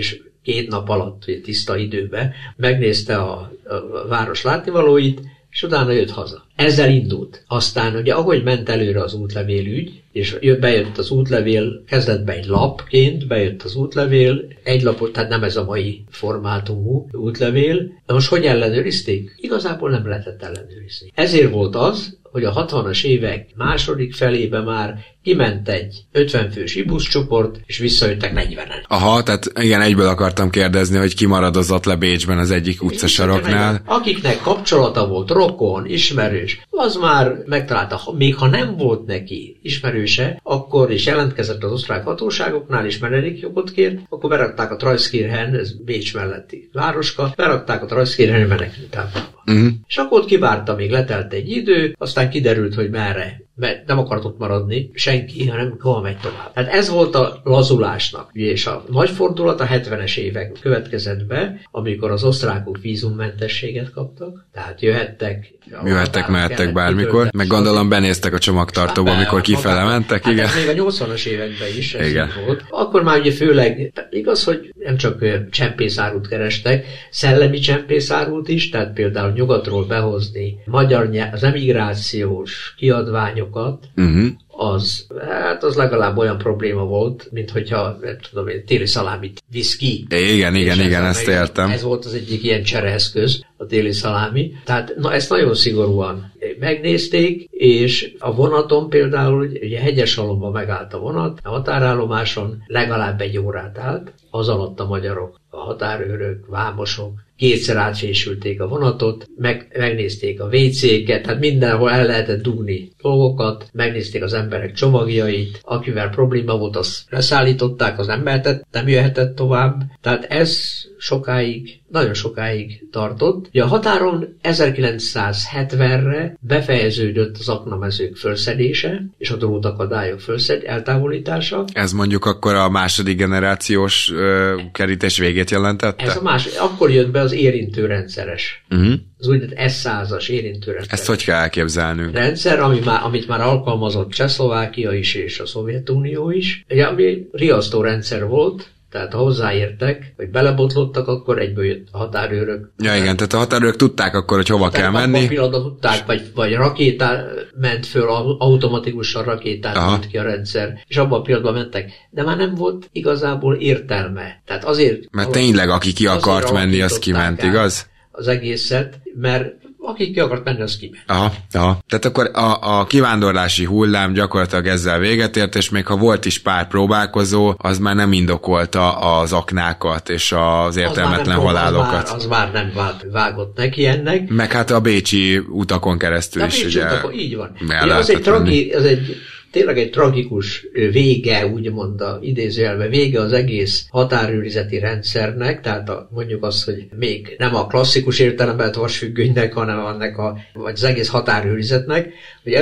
2 nap alatt, tiszta időben, megnézte a város látnivalóit, és utána jött haza. Ezzel indult. Aztán ugye ahogy ment előre az útlevélügy, és bejött az útlevél, kezdetben egy lapként, bejött az útlevél, egy lapot, tehát nem ez a mai formátumú útlevél. De most hogy ellenőrizték? Igazából nem lehetett ellenőrizni. Ezért volt az, hogy a 60-as évek második felében már kiment egy 50 fős ibuszcsoport, és visszajöttek 40-en. Aha, tehát igen, egyből akartam kérdezni, hogy kimaradozott le Bécsben az egyik utcasaroknál. Akiknek kapcsolata volt, rokon, ismerős, az már megtalálta. Még ha nem volt neki ismerőse, akkor is jelentkezett az osztrák hatóságoknál, és menedékjogot kért, akkor berakták a Trajszkirchen, ez Bécs melletti városka, berakták a Trajszkirchen menekültáborba. És akkor ott kivárta, még letelt egy idő, aztán kiderült, hogy merre. Mert nem akart ott maradni senki, hanem hol megy tovább. Tehát ez volt a lazulásnak. És a nagy fordulat a 70-es évek következett be, amikor az osztrákok vízummentességet kaptak, tehát jöhettek, mehettek bármikor, meg gondolom benéztek a csomagtartóba, amikor kifele mentek, igen. Hát még a 80-as években is ez volt. Akkor már ugye főleg, igaz, hogy nem csak csempészárút kerestek, szellemi csempészárút is, tehát például nyugatról behozni az emigrációs kiadványokat, az legalább olyan probléma volt, mint hogyha, nem tudom én, téli szalámit visz ki. Igen, ezt értem. Ez volt az egyik ilyen csereeszköz, a téli szalámi. Tehát ezt nagyon szigorúan megnézték, és a vonaton például, ugye Hegyesalomban megállt a vonat, a határállomáson legalább 1 órát állt, az alatt a magyarok, a határőrök, vámosok, 2-szer átfésülték a vonatot, megnézték a WC-ket, tehát mindenhol el lehetett dugni dolgokat, megnézték az emberek csomagjait, akivel probléma volt, azt leszállították, az nem jöhetett tovább. Tehát ez nagyon sokáig tartott. Ugye a határon 1970-re befejeződött az aknamezők fölszedése, és a drótakadályok eltávolítása. Ez mondjuk akkor a második generációs kerítés végét jelentette? Akkor jött be az érintőrendszeres. Az úgynevezett S100-as érintőrendszer. Ezt hogy kell elképzelnünk? Rendszer, amit már alkalmazott Csehszlovákia is, és a Szovjetunió is. Ugye, ami riasztó rendszer volt, tehát ha hozzáértek, vagy belebotlottak, akkor egyből jött a határőrök. Ja igen, tehát a határőrök tudták akkor, hogy hova kell menni. Abban a pillanatban tudták, vagy rakétá ment föl, automatikusan rakétát ment ki a rendszer, és abban a pillanatban mentek. De már nem volt igazából értelme. Tehát azért... Mert tényleg aki ki akart menni, az kiment, igaz? Az egészet, mert aki ki akart menni, az kiment. Aha. Tehát akkor a kivándorlási hullám gyakorlatilag ezzel véget ért, és még ha volt is pár próbálkozó, az már nem indokolta az aknákat és az értelmetlen halálokat. Az már nem vágott neki ennek. Meg hát a bécsi utakon keresztül is, ugye. Így van. Ez tényleg egy tragikus vége, úgymond a idézőjelben vége az egész határőrizeti rendszernek, tehát mondjuk azt, hogy még nem a klasszikus értelemben vasfüggönynek, hanem vagy az egész határőrizetnek, hogy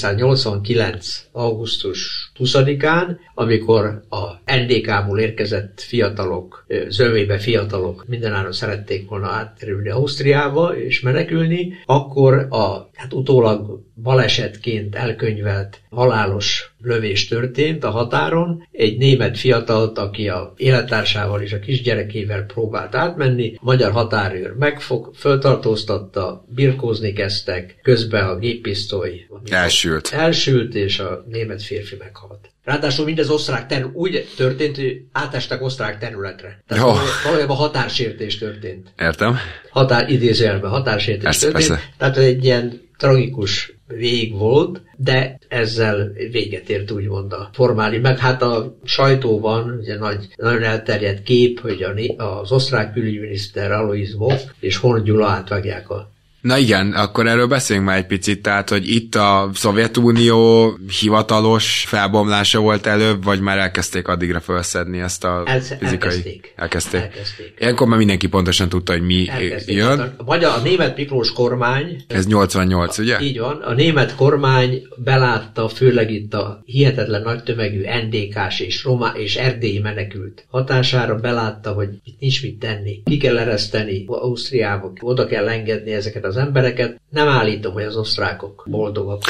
1989. augusztus 20-án, amikor a NDK-ból érkezett fiatalok, zövébe fiatalok mindenáron szerették volna átkerülni Ausztriába és menekülni, akkor utólag balesetként elkönyvelt halálos lövés történt a határon. Egy német fiatalt, aki a élettársával és a kisgyerekével próbált átmenni, a magyar határőr föltartóztatta, birkózni kezdtek, közben a géppisztoly elsült, és a német férfi meghalt. Ráadásul mindez úgy történt, hogy átestek osztrák területre. Tehát valójában határsértés történt. Értem. Idézőjelben határsértés történt. Persze. Tehát egy ilyen tragikus vég volt, de ezzel véget ért úgymond a formális. Meg hát a sajtóban ugye nagyon elterjedt kép, hogy az osztrák külügyminiszter Alois Mock és Horn Gyula átvágják a Na igen, akkor erről beszéljünk már egy picit, tehát, hogy itt a Szovjetunió hivatalos felbomlása volt előbb, vagy már elkezdték addigra felszedni ezt a fizikai... Elkezdték. Ilyenkor már mindenki pontosan tudta, hogy mi jön. A német Miklós kormány... Ez 88, ugye? Így van. A német kormány belátta, főleg itt a hihetetlen nagy tömegű NDK-s és erdélyi menekült hatására belátta, hogy itt nincs mit tenni. Ki kell ereszteni Ausztriába, oda kell engedni ezeket az embereket. Nem állítom, hogy az osztrákok boldogok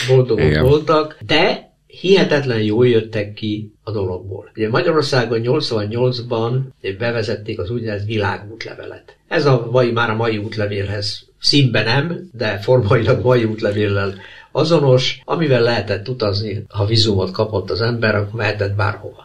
voltak, de hihetetlen jól jöttek ki a dologból. Ugye Magyarországon 88-ban bevezették az úgynevezett világútlevelet. Ez már a mai útlevélhez színben nem, de formailag mai útlevéllel azonos, amivel lehetett utazni, ha vízumot kapott az ember, akkor mehetett bárhova.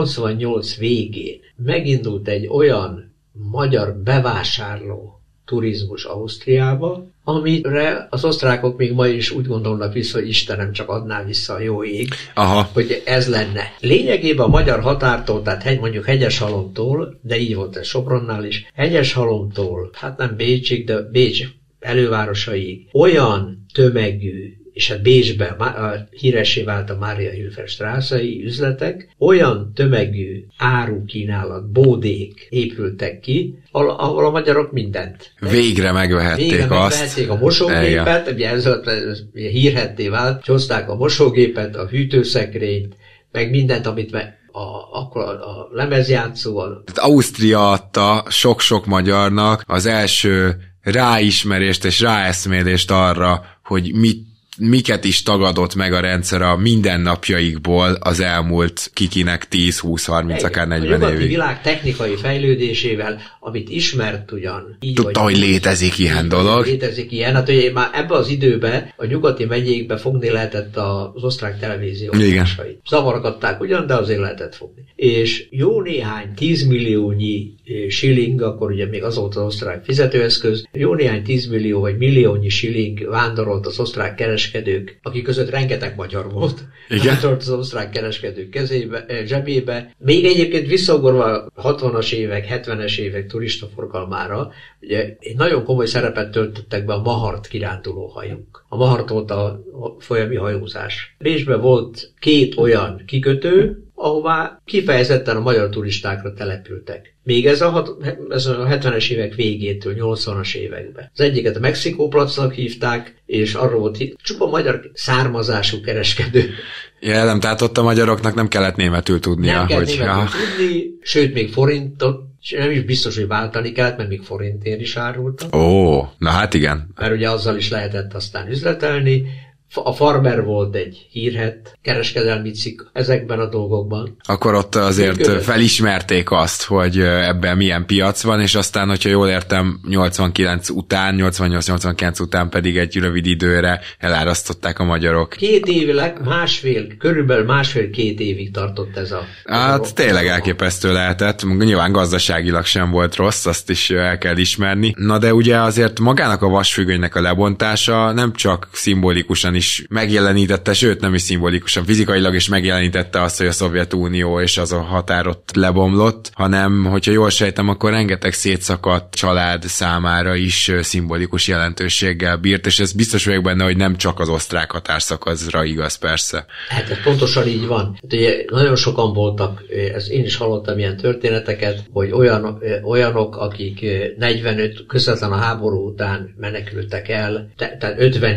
88 végén megindult egy olyan magyar bevásárló turizmus Ausztriába, amire az osztrákok még ma is úgy gondolnak vissza, hogy Istenem csak adná vissza a jó ég, hogy ez lenne. Lényegében a magyar határtól, tehát mondjuk Hegyeshalomtól, de így volt ez Sopronnál is, Hegyeshalomtól, hát nem Bécsig, de Bécs elővárosaig olyan tömegű, és hát Bécsben híressé vált a Mária Hilfer Straßai üzletek, olyan tömegű árukínálat, bódék épültek ki, ahol a magyarok mindent. Végre megvehették a mosógépet, ugye ez hírhetté vált, és hozták a mosógépet, a hűtőszekrényt, meg mindent, amit akkor a lemezjátszóval. Ausztria adta sok-sok magyarnak az első ráismerést és ráeszmélést arra, hogy miket is tagadott meg a rendszer a mindennapjaikból az elmúlt kikinek 10-20-30, akár 40 évig. A nyugati világ technikai fejlődésével, amit ismert ugyan. Tudta, hogy létezik ilyen dolog. Létezik ilyen, hát ugye már ebben az időben a nyugati megyékbe fogni lehetett az osztrák televízió. Zavarok adták ugyan, de azért lehetett fogni. És jó néhány 10 milliónyi shilling, akkor ugye még az volt az osztrák fizetőeszköz, jó néhány 10 millió vagy milliónyi shilling vándorolt az osztrák kereskedők, akik között rengeteg magyar volt, vándorolt az osztrák kereskedők zsebébe. Még egyébként visszaugorva 60-as évek, 70-es évek turistaforgalmára, ugye egy nagyon komoly szerepet töltöttek be a Mahart kiránduló hajók. A Mahart volt a folyami hajózás. Bécsben volt 2 olyan kikötő, ahová kifejezetten a magyar turistákra települtek. Még ez a 70-es évek végétől, 80-as években. Az egyiket a Mexikóplacnak hívták, és arról volt csupa magyar származású kereskedő. Nem, tehát ott a magyaroknak nem kellett németül tudnia. Nem kellett németül tudni, sőt még forintot, és nem is biztos, hogy váltani kellett, mert még forintért is árultak. Na hát igen. Mert ugye azzal is lehetett aztán üzletelni. A Farmer volt egy hírhedt kereskedelmi cikk ezekben a dolgokban. Akkor ott azért felismerték azt, hogy ebben milyen piac van, és aztán, hogyha jól értem, 89 után, 88-89 után pedig egy rövid időre elárasztották a magyarok. 2 évig, körülbelül másfél-két évig tartott ez a... Hát tényleg elképesztő lehetett. Nyilván gazdaságilag sem volt rossz, azt is el kell ismerni. Na de ugye azért magának a vasfüggönynek a lebontása nem csak szimbolikusan is megjelenítette, sőt nem is szimbolikusan, fizikailag is megjelenítette azt, hogy a Szovjetunió és az a határ ott lebomlott, hanem, hogyha jól sejtem, akkor rengeteg szétszakadt család számára is szimbolikus jelentőséggel bírt, és ez biztos vagyok benne, hogy nem csak az osztrák határszakaszra igaz, persze. Hát ez pontosan így van. Hát ugye nagyon sokan voltak, én is hallottam ilyen történeteket, hogy olyanok, akik 45 közvetlen a háború után menekültek el, tehát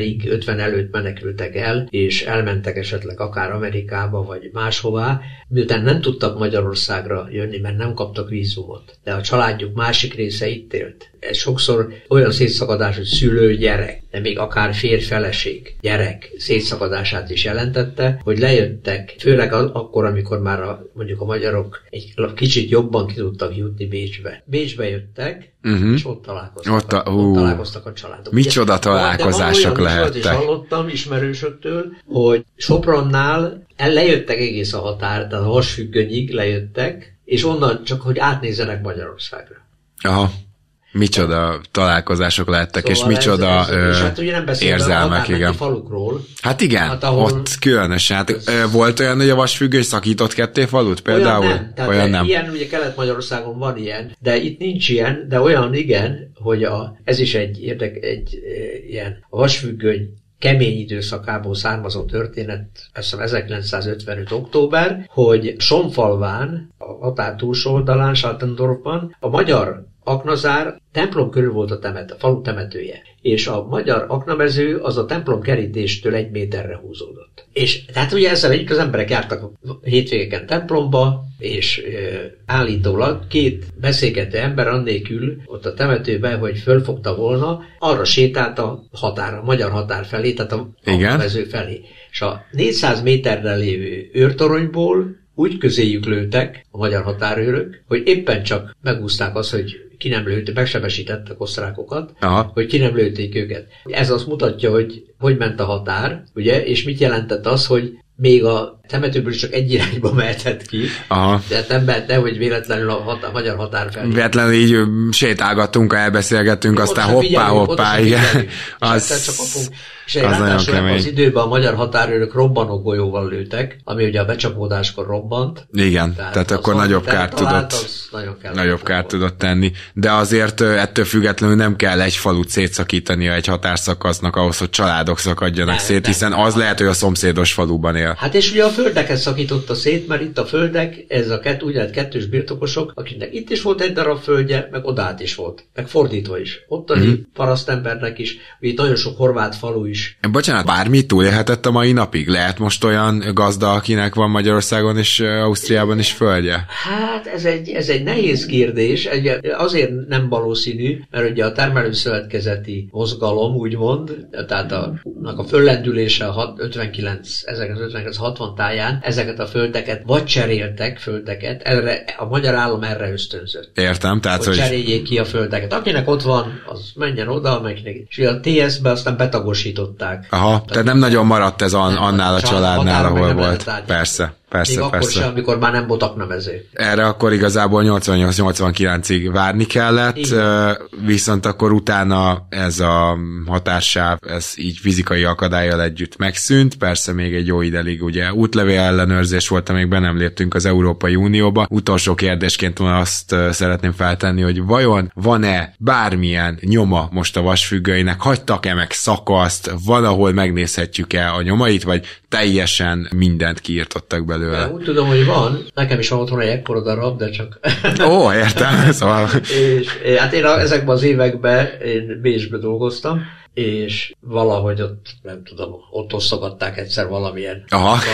50 előtt menekültek el, és elmentek esetleg akár Amerikába, vagy máshová, miután nem tudtak Magyarországra jönni, mert nem kaptak vízumot. De a családjuk másik része itt élt. Ez sokszor olyan szétszakadás, hogy szülő-gyerek, de még akár férj-feleség, gyerek szétszakadását is jelentette, hogy lejöttek, főleg akkor, amikor már mondjuk a magyarok egy kicsit jobban ki tudtak jutni Bécsbe. Bécsbe jöttek, és ott találkoztak. Ott találkoztak a családok. Micsoda találkozások lehettek. És hallottam ismerősöktől, hogy Sopronnál lejöttek egész a határ, tehát a vasfüggönyig lejöttek, és onnan csak, hogy átnézzenek Magyarországra. Aha. Micsoda találkozások lettek, szóval és micsoda és hát ugye nem érzelmek, igen. falukról. Hát igen, hát, ahol ott különösen. Hát, volt olyan, hogy a vasfüggöny szakított ketté falut például? Olyan nem. Tehát nem. Ilyen, ugye Kelet-Magyarországon van ilyen, de itt nincs ilyen, de olyan igen, hogy ez is egy ilyen a vasfüggöny kemény időszakából származó történet, azt hiszem 1955. október, hogy Sonfalván, a határ túlsó oldalán, Saltendorfban a magyar aknazár templom körül volt a falu temetője, és a magyar aknamező az a templom kerítéstől 1 méterre húzódott. És tehát ugye ezzel együtt az emberek jártak a hétvégeken templomba, és állítólag 2 beszélgető ember annélkül ott a temetőben, hogy fölfogta volna, arra sétált a magyar határ felé, tehát a aknamező felé. És a 400 méterre lévő őrtoronyból úgy közéjük lőttek a magyar határőrök, hogy éppen csak megúszták azt, hogy ki nem lőtték, megsebesítettek osztrákokat, hogy ki nem lőtték őket. Ez azt mutatja, hogy ment a határ, ugye, és mit jelentett az, hogy még a temetőből csak egy irányba mehetett ki, tehát nem ment, nehogy véletlenül a magyar határ felé. Véletlenül így sétálgattunk, elbeszélgettünk, aztán hoppá, igen. És ráadásul az időben a magyar határőrök robbanó golyóval lőtek, ami ugye a becsapódáskor robbant. Igen, tehát akkor nagyobb kárt tudott tenni. De azért ettől függetlenül nem kell egy falut szétszakítania egy határszakasznak ahhoz, hogy családok szakadjanak szét, hiszen az lehet, hogy a szomszédos faluban él. Hát és ugye a földeket szakította szét, mert itt a földek, ez a úgynevezett kettős birtokosok, akiknek itt is volt egy darab földje, meg odát is volt, meg fordítva is. Ottani parasztembernek is, ugye itt nagyon sok horvát falu is. Bocsánat, bármi túlélhetett a mai napig? Lehet most olyan gazda, akinek van Magyarországon és Ausztriában is földje? Hát ez egy nehéz kérdés, azért nem valószínű, mert ugye a termelőszövetkezeti mozgalom, úgymond, tehát a föllendülése 1960 táján ezeket a földeket vagy cseréltek földeket, a magyar állam erre ösztönzött. Értem, tehát hogy cseréljék ki a földeket. Akinek ott van, az menjen oda, és a TS-be aztán betagosították. Tehát nem nagyon maradt ez annál a családnál, ahol volt. Persze. Még akkor sem, amikor már nem volt aknamező. Erre akkor igazából 88-89-ig várni kellett, viszont akkor utána ez a határsáv, ez így fizikai akadállyal együtt megszűnt, persze még egy jó ideig ugye útlevél ellenőrzés volt, amíg be nem léptünk az Európai Unióba. Utolsó kérdésként azt szeretném feltenni, hogy vajon van-e bármilyen nyoma most a vasfüggönynek, hagytak-e meg szakaszt, van, ahol megnézhetjük-e a nyomait, vagy teljesen mindent kiírtottak belőle? Úgy tudom, hogy van. Nekem is van otthon egy ekkora darab, de csak... Értem, szóval... és hát én ezekben az években én Bécsbe dolgoztam, és valahogy ott, nem tudom, ott osztogatták egyszer valamilyen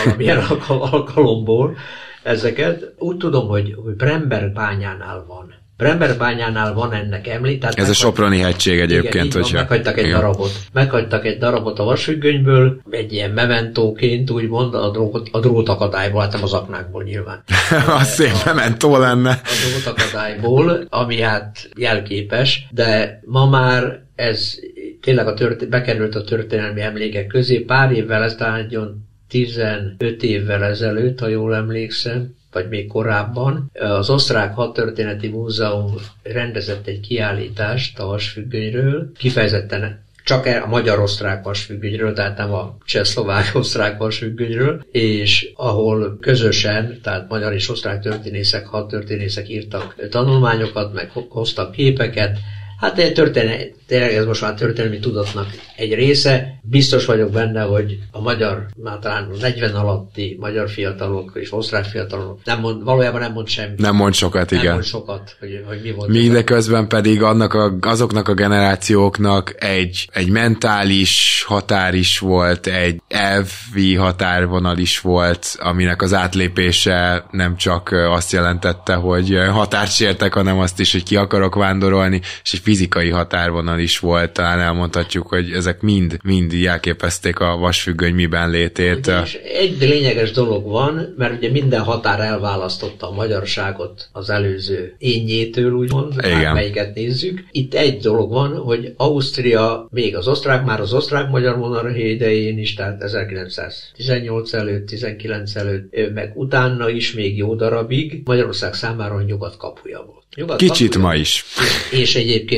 alkalomból ezeket. Úgy tudom, hogy Bremberg-bányánál van. Bremberg-bányánál van ennek említ. Ez a Soproni hegység egyébként. Igen, meghagytak egy darabot a vasfüggönyből, egy ilyen mementóként, úgymond a drótakadályból, hát nem az aknákból nyilván. Az szép mementó lenne. A drótakadályból, ami hát jelképes, de ma már ez tényleg bekerült a történelmi emlékek közé. Pár évvel, ez talán 15 évvel ezelőtt, ha jól emlékszem, vagy még korábban, az Osztrák Hadtörténeti Múzeum rendezett egy kiállítást a vasfüggönyről, kifejezetten csak a magyar-osztrák vasfüggönyről, tehát nem a csehszlovák-osztrák vasfüggönyről, és ahol közösen, tehát magyar és osztrák történészek, hadtörténészek írtak tanulmányokat, meg hoztak képeket. Hát tényleg ez most már történelmi tudatnak egy része. Biztos vagyok benne, hogy a magyar, már talán 40 alatti magyar fiatalok és osztrák fiatalok valójában nem mond semmit. Nem mond sokat, igen. Nem mond sokat, hogy mi volt. Mindeközben pedig azoknak a generációknak egy mentális határ is volt, egy elvi határvonal is volt, aminek az átlépése nem csak azt jelentette, hogy határt sértek, hanem azt is, hogy ki akarok vándorolni, és egy fizikai határvonal is volt, talán elmondhatjuk, hogy ezek mind jelképezték a vasfüggöny miben létét. És egy lényeges dolog van, mert ugye minden határ elválasztotta a magyarságot az előző énnyétől, úgymond, melyiket nézzük. Itt egy dolog van, hogy Ausztria, még az osztrák-magyar monarchia idején is, tehát 1918 előtt, 19 előtt, meg utána is még jó darabig Magyarország számára a nyugat kapuja volt. Kicsit ma is. És egyébként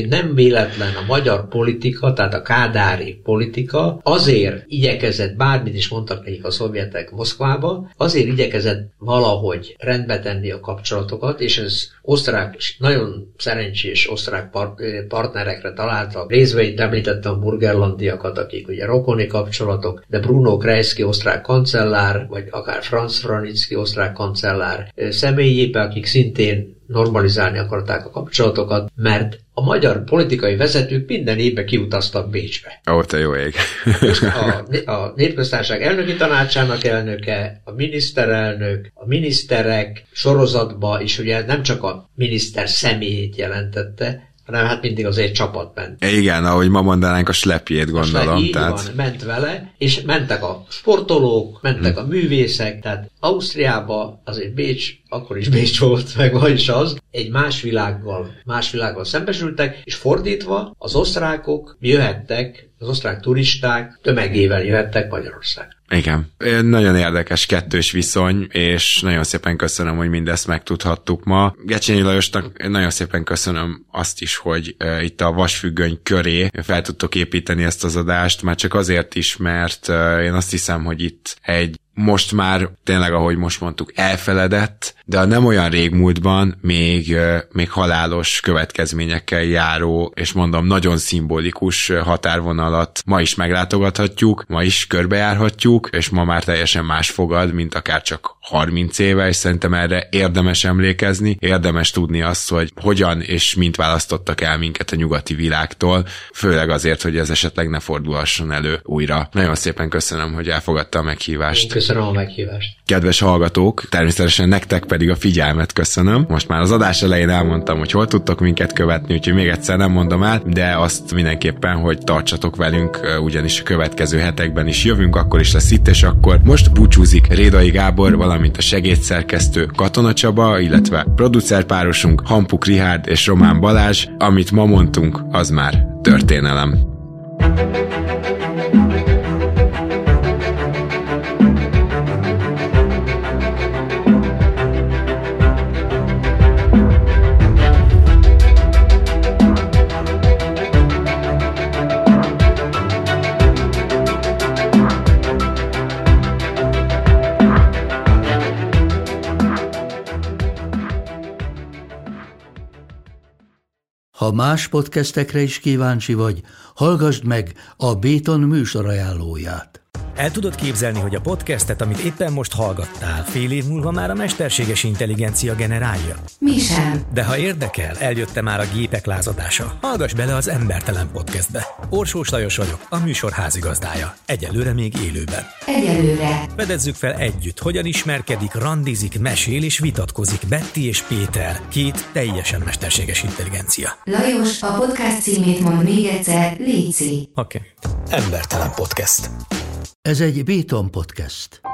egyébként nem véletlen a magyar politika, tehát a kádári politika azért igyekezett, bármit is mondtak nekik a szovjetek Moszkvába, azért igyekezett valahogy rendbe tenni a kapcsolatokat, és ez osztrák, nagyon szerencsés osztrák partnerekre találtak. Részben itt említettem a burgerlandiakat, akik ugye rokoni kapcsolatok, de Bruno Kreisky osztrák kancellár, vagy akár Franz Vranitzky osztrák kancellár személyébe, akik szintén normalizálni akarták a kapcsolatokat, mert a magyar politikai vezetők minden évben kiutaztak Bécsbe. Ó, te jó ég. A Népköztársaság elnöki tanácsának elnöke, a miniszterelnök, a miniszterek sorozatba, és ugye nem csak a miniszter személyét jelentette, hanem hát mindig az egy csapat ment. Igen, ahogy ma mondanánk, a slepjét, gondolom. Így van, ment vele, és mentek a sportolók, mentek a művészek, tehát Ausztriába azért Bécs, akkor is Bécs volt, meg ma is az, egy más világgal szembesültek, és fordítva az osztrákok jöhettek, az osztrák turisták tömegével jöhettek Magyarországra. Igen. Nagyon érdekes kettős viszony, és nagyon szépen köszönöm, hogy mindezt megtudhattuk ma. Gecsényi Lajosnak nagyon szépen köszönöm azt is, hogy itt a vasfüggöny köré fel tudtok építeni ezt az adást, már csak azért is, mert én azt hiszem, hogy itt egy most már tényleg, ahogy most mondtuk, elfeledett, de a nem olyan régmúltban még halálos következményekkel járó, és mondom, nagyon szimbolikus határvonalat ma is meglátogathatjuk, ma is körbejárhatjuk, és ma már teljesen más fogad, mint akár csak 30 éve, és szerintem erre érdemes emlékezni, érdemes tudni azt, hogy hogyan és mint választottak el minket a nyugati világtól, főleg azért, hogy ez esetleg ne fordulhasson elő újra. Nagyon szépen köszönöm, hogy elfogadta a meghívást. Köszönöm a meghívást. Kedves hallgatók, természetesen nektek pedig a figyelmet köszönöm. Most már az adás elején elmondtam, hogy hol tudtok minket követni, úgyhogy még egyszer nem mondom el, de azt mindenképpen, hogy tartsatok velünk, ugyanis a következő hetekben is jövünk, akkor is lesz itt, és akkor most búcsúzik Rédai Gábor, valamint a segédszerkesztő Katona Csaba, illetve producerpárosunk Hampuk Rihárd és Román Balázs. Amit ma mondtunk, az már történelem. Ha más podcastekre is kíváncsi vagy, hallgassd meg a Béton műsor ajánlóját. El tudod képzelni, hogy a podcastet, amit éppen most hallgattál, fél év múlva már a mesterséges intelligencia generálja? Mi sem. De ha érdekel, eljött már a gépek lázadása. Hallgass bele az Embertelen Podcastbe. Orsós Lajos vagyok, a műsor házigazdája. Egyelőre még élőben. Egyelőre. Fedezzük fel együtt, hogyan ismerkedik, randizik, mesél és vitatkozik Betty és Péter, két teljesen mesterséges intelligencia. Lajos, a podcast címét mond még egyszer, léci. Oké. Embertelen Podcast. Ez egy Béton podcast.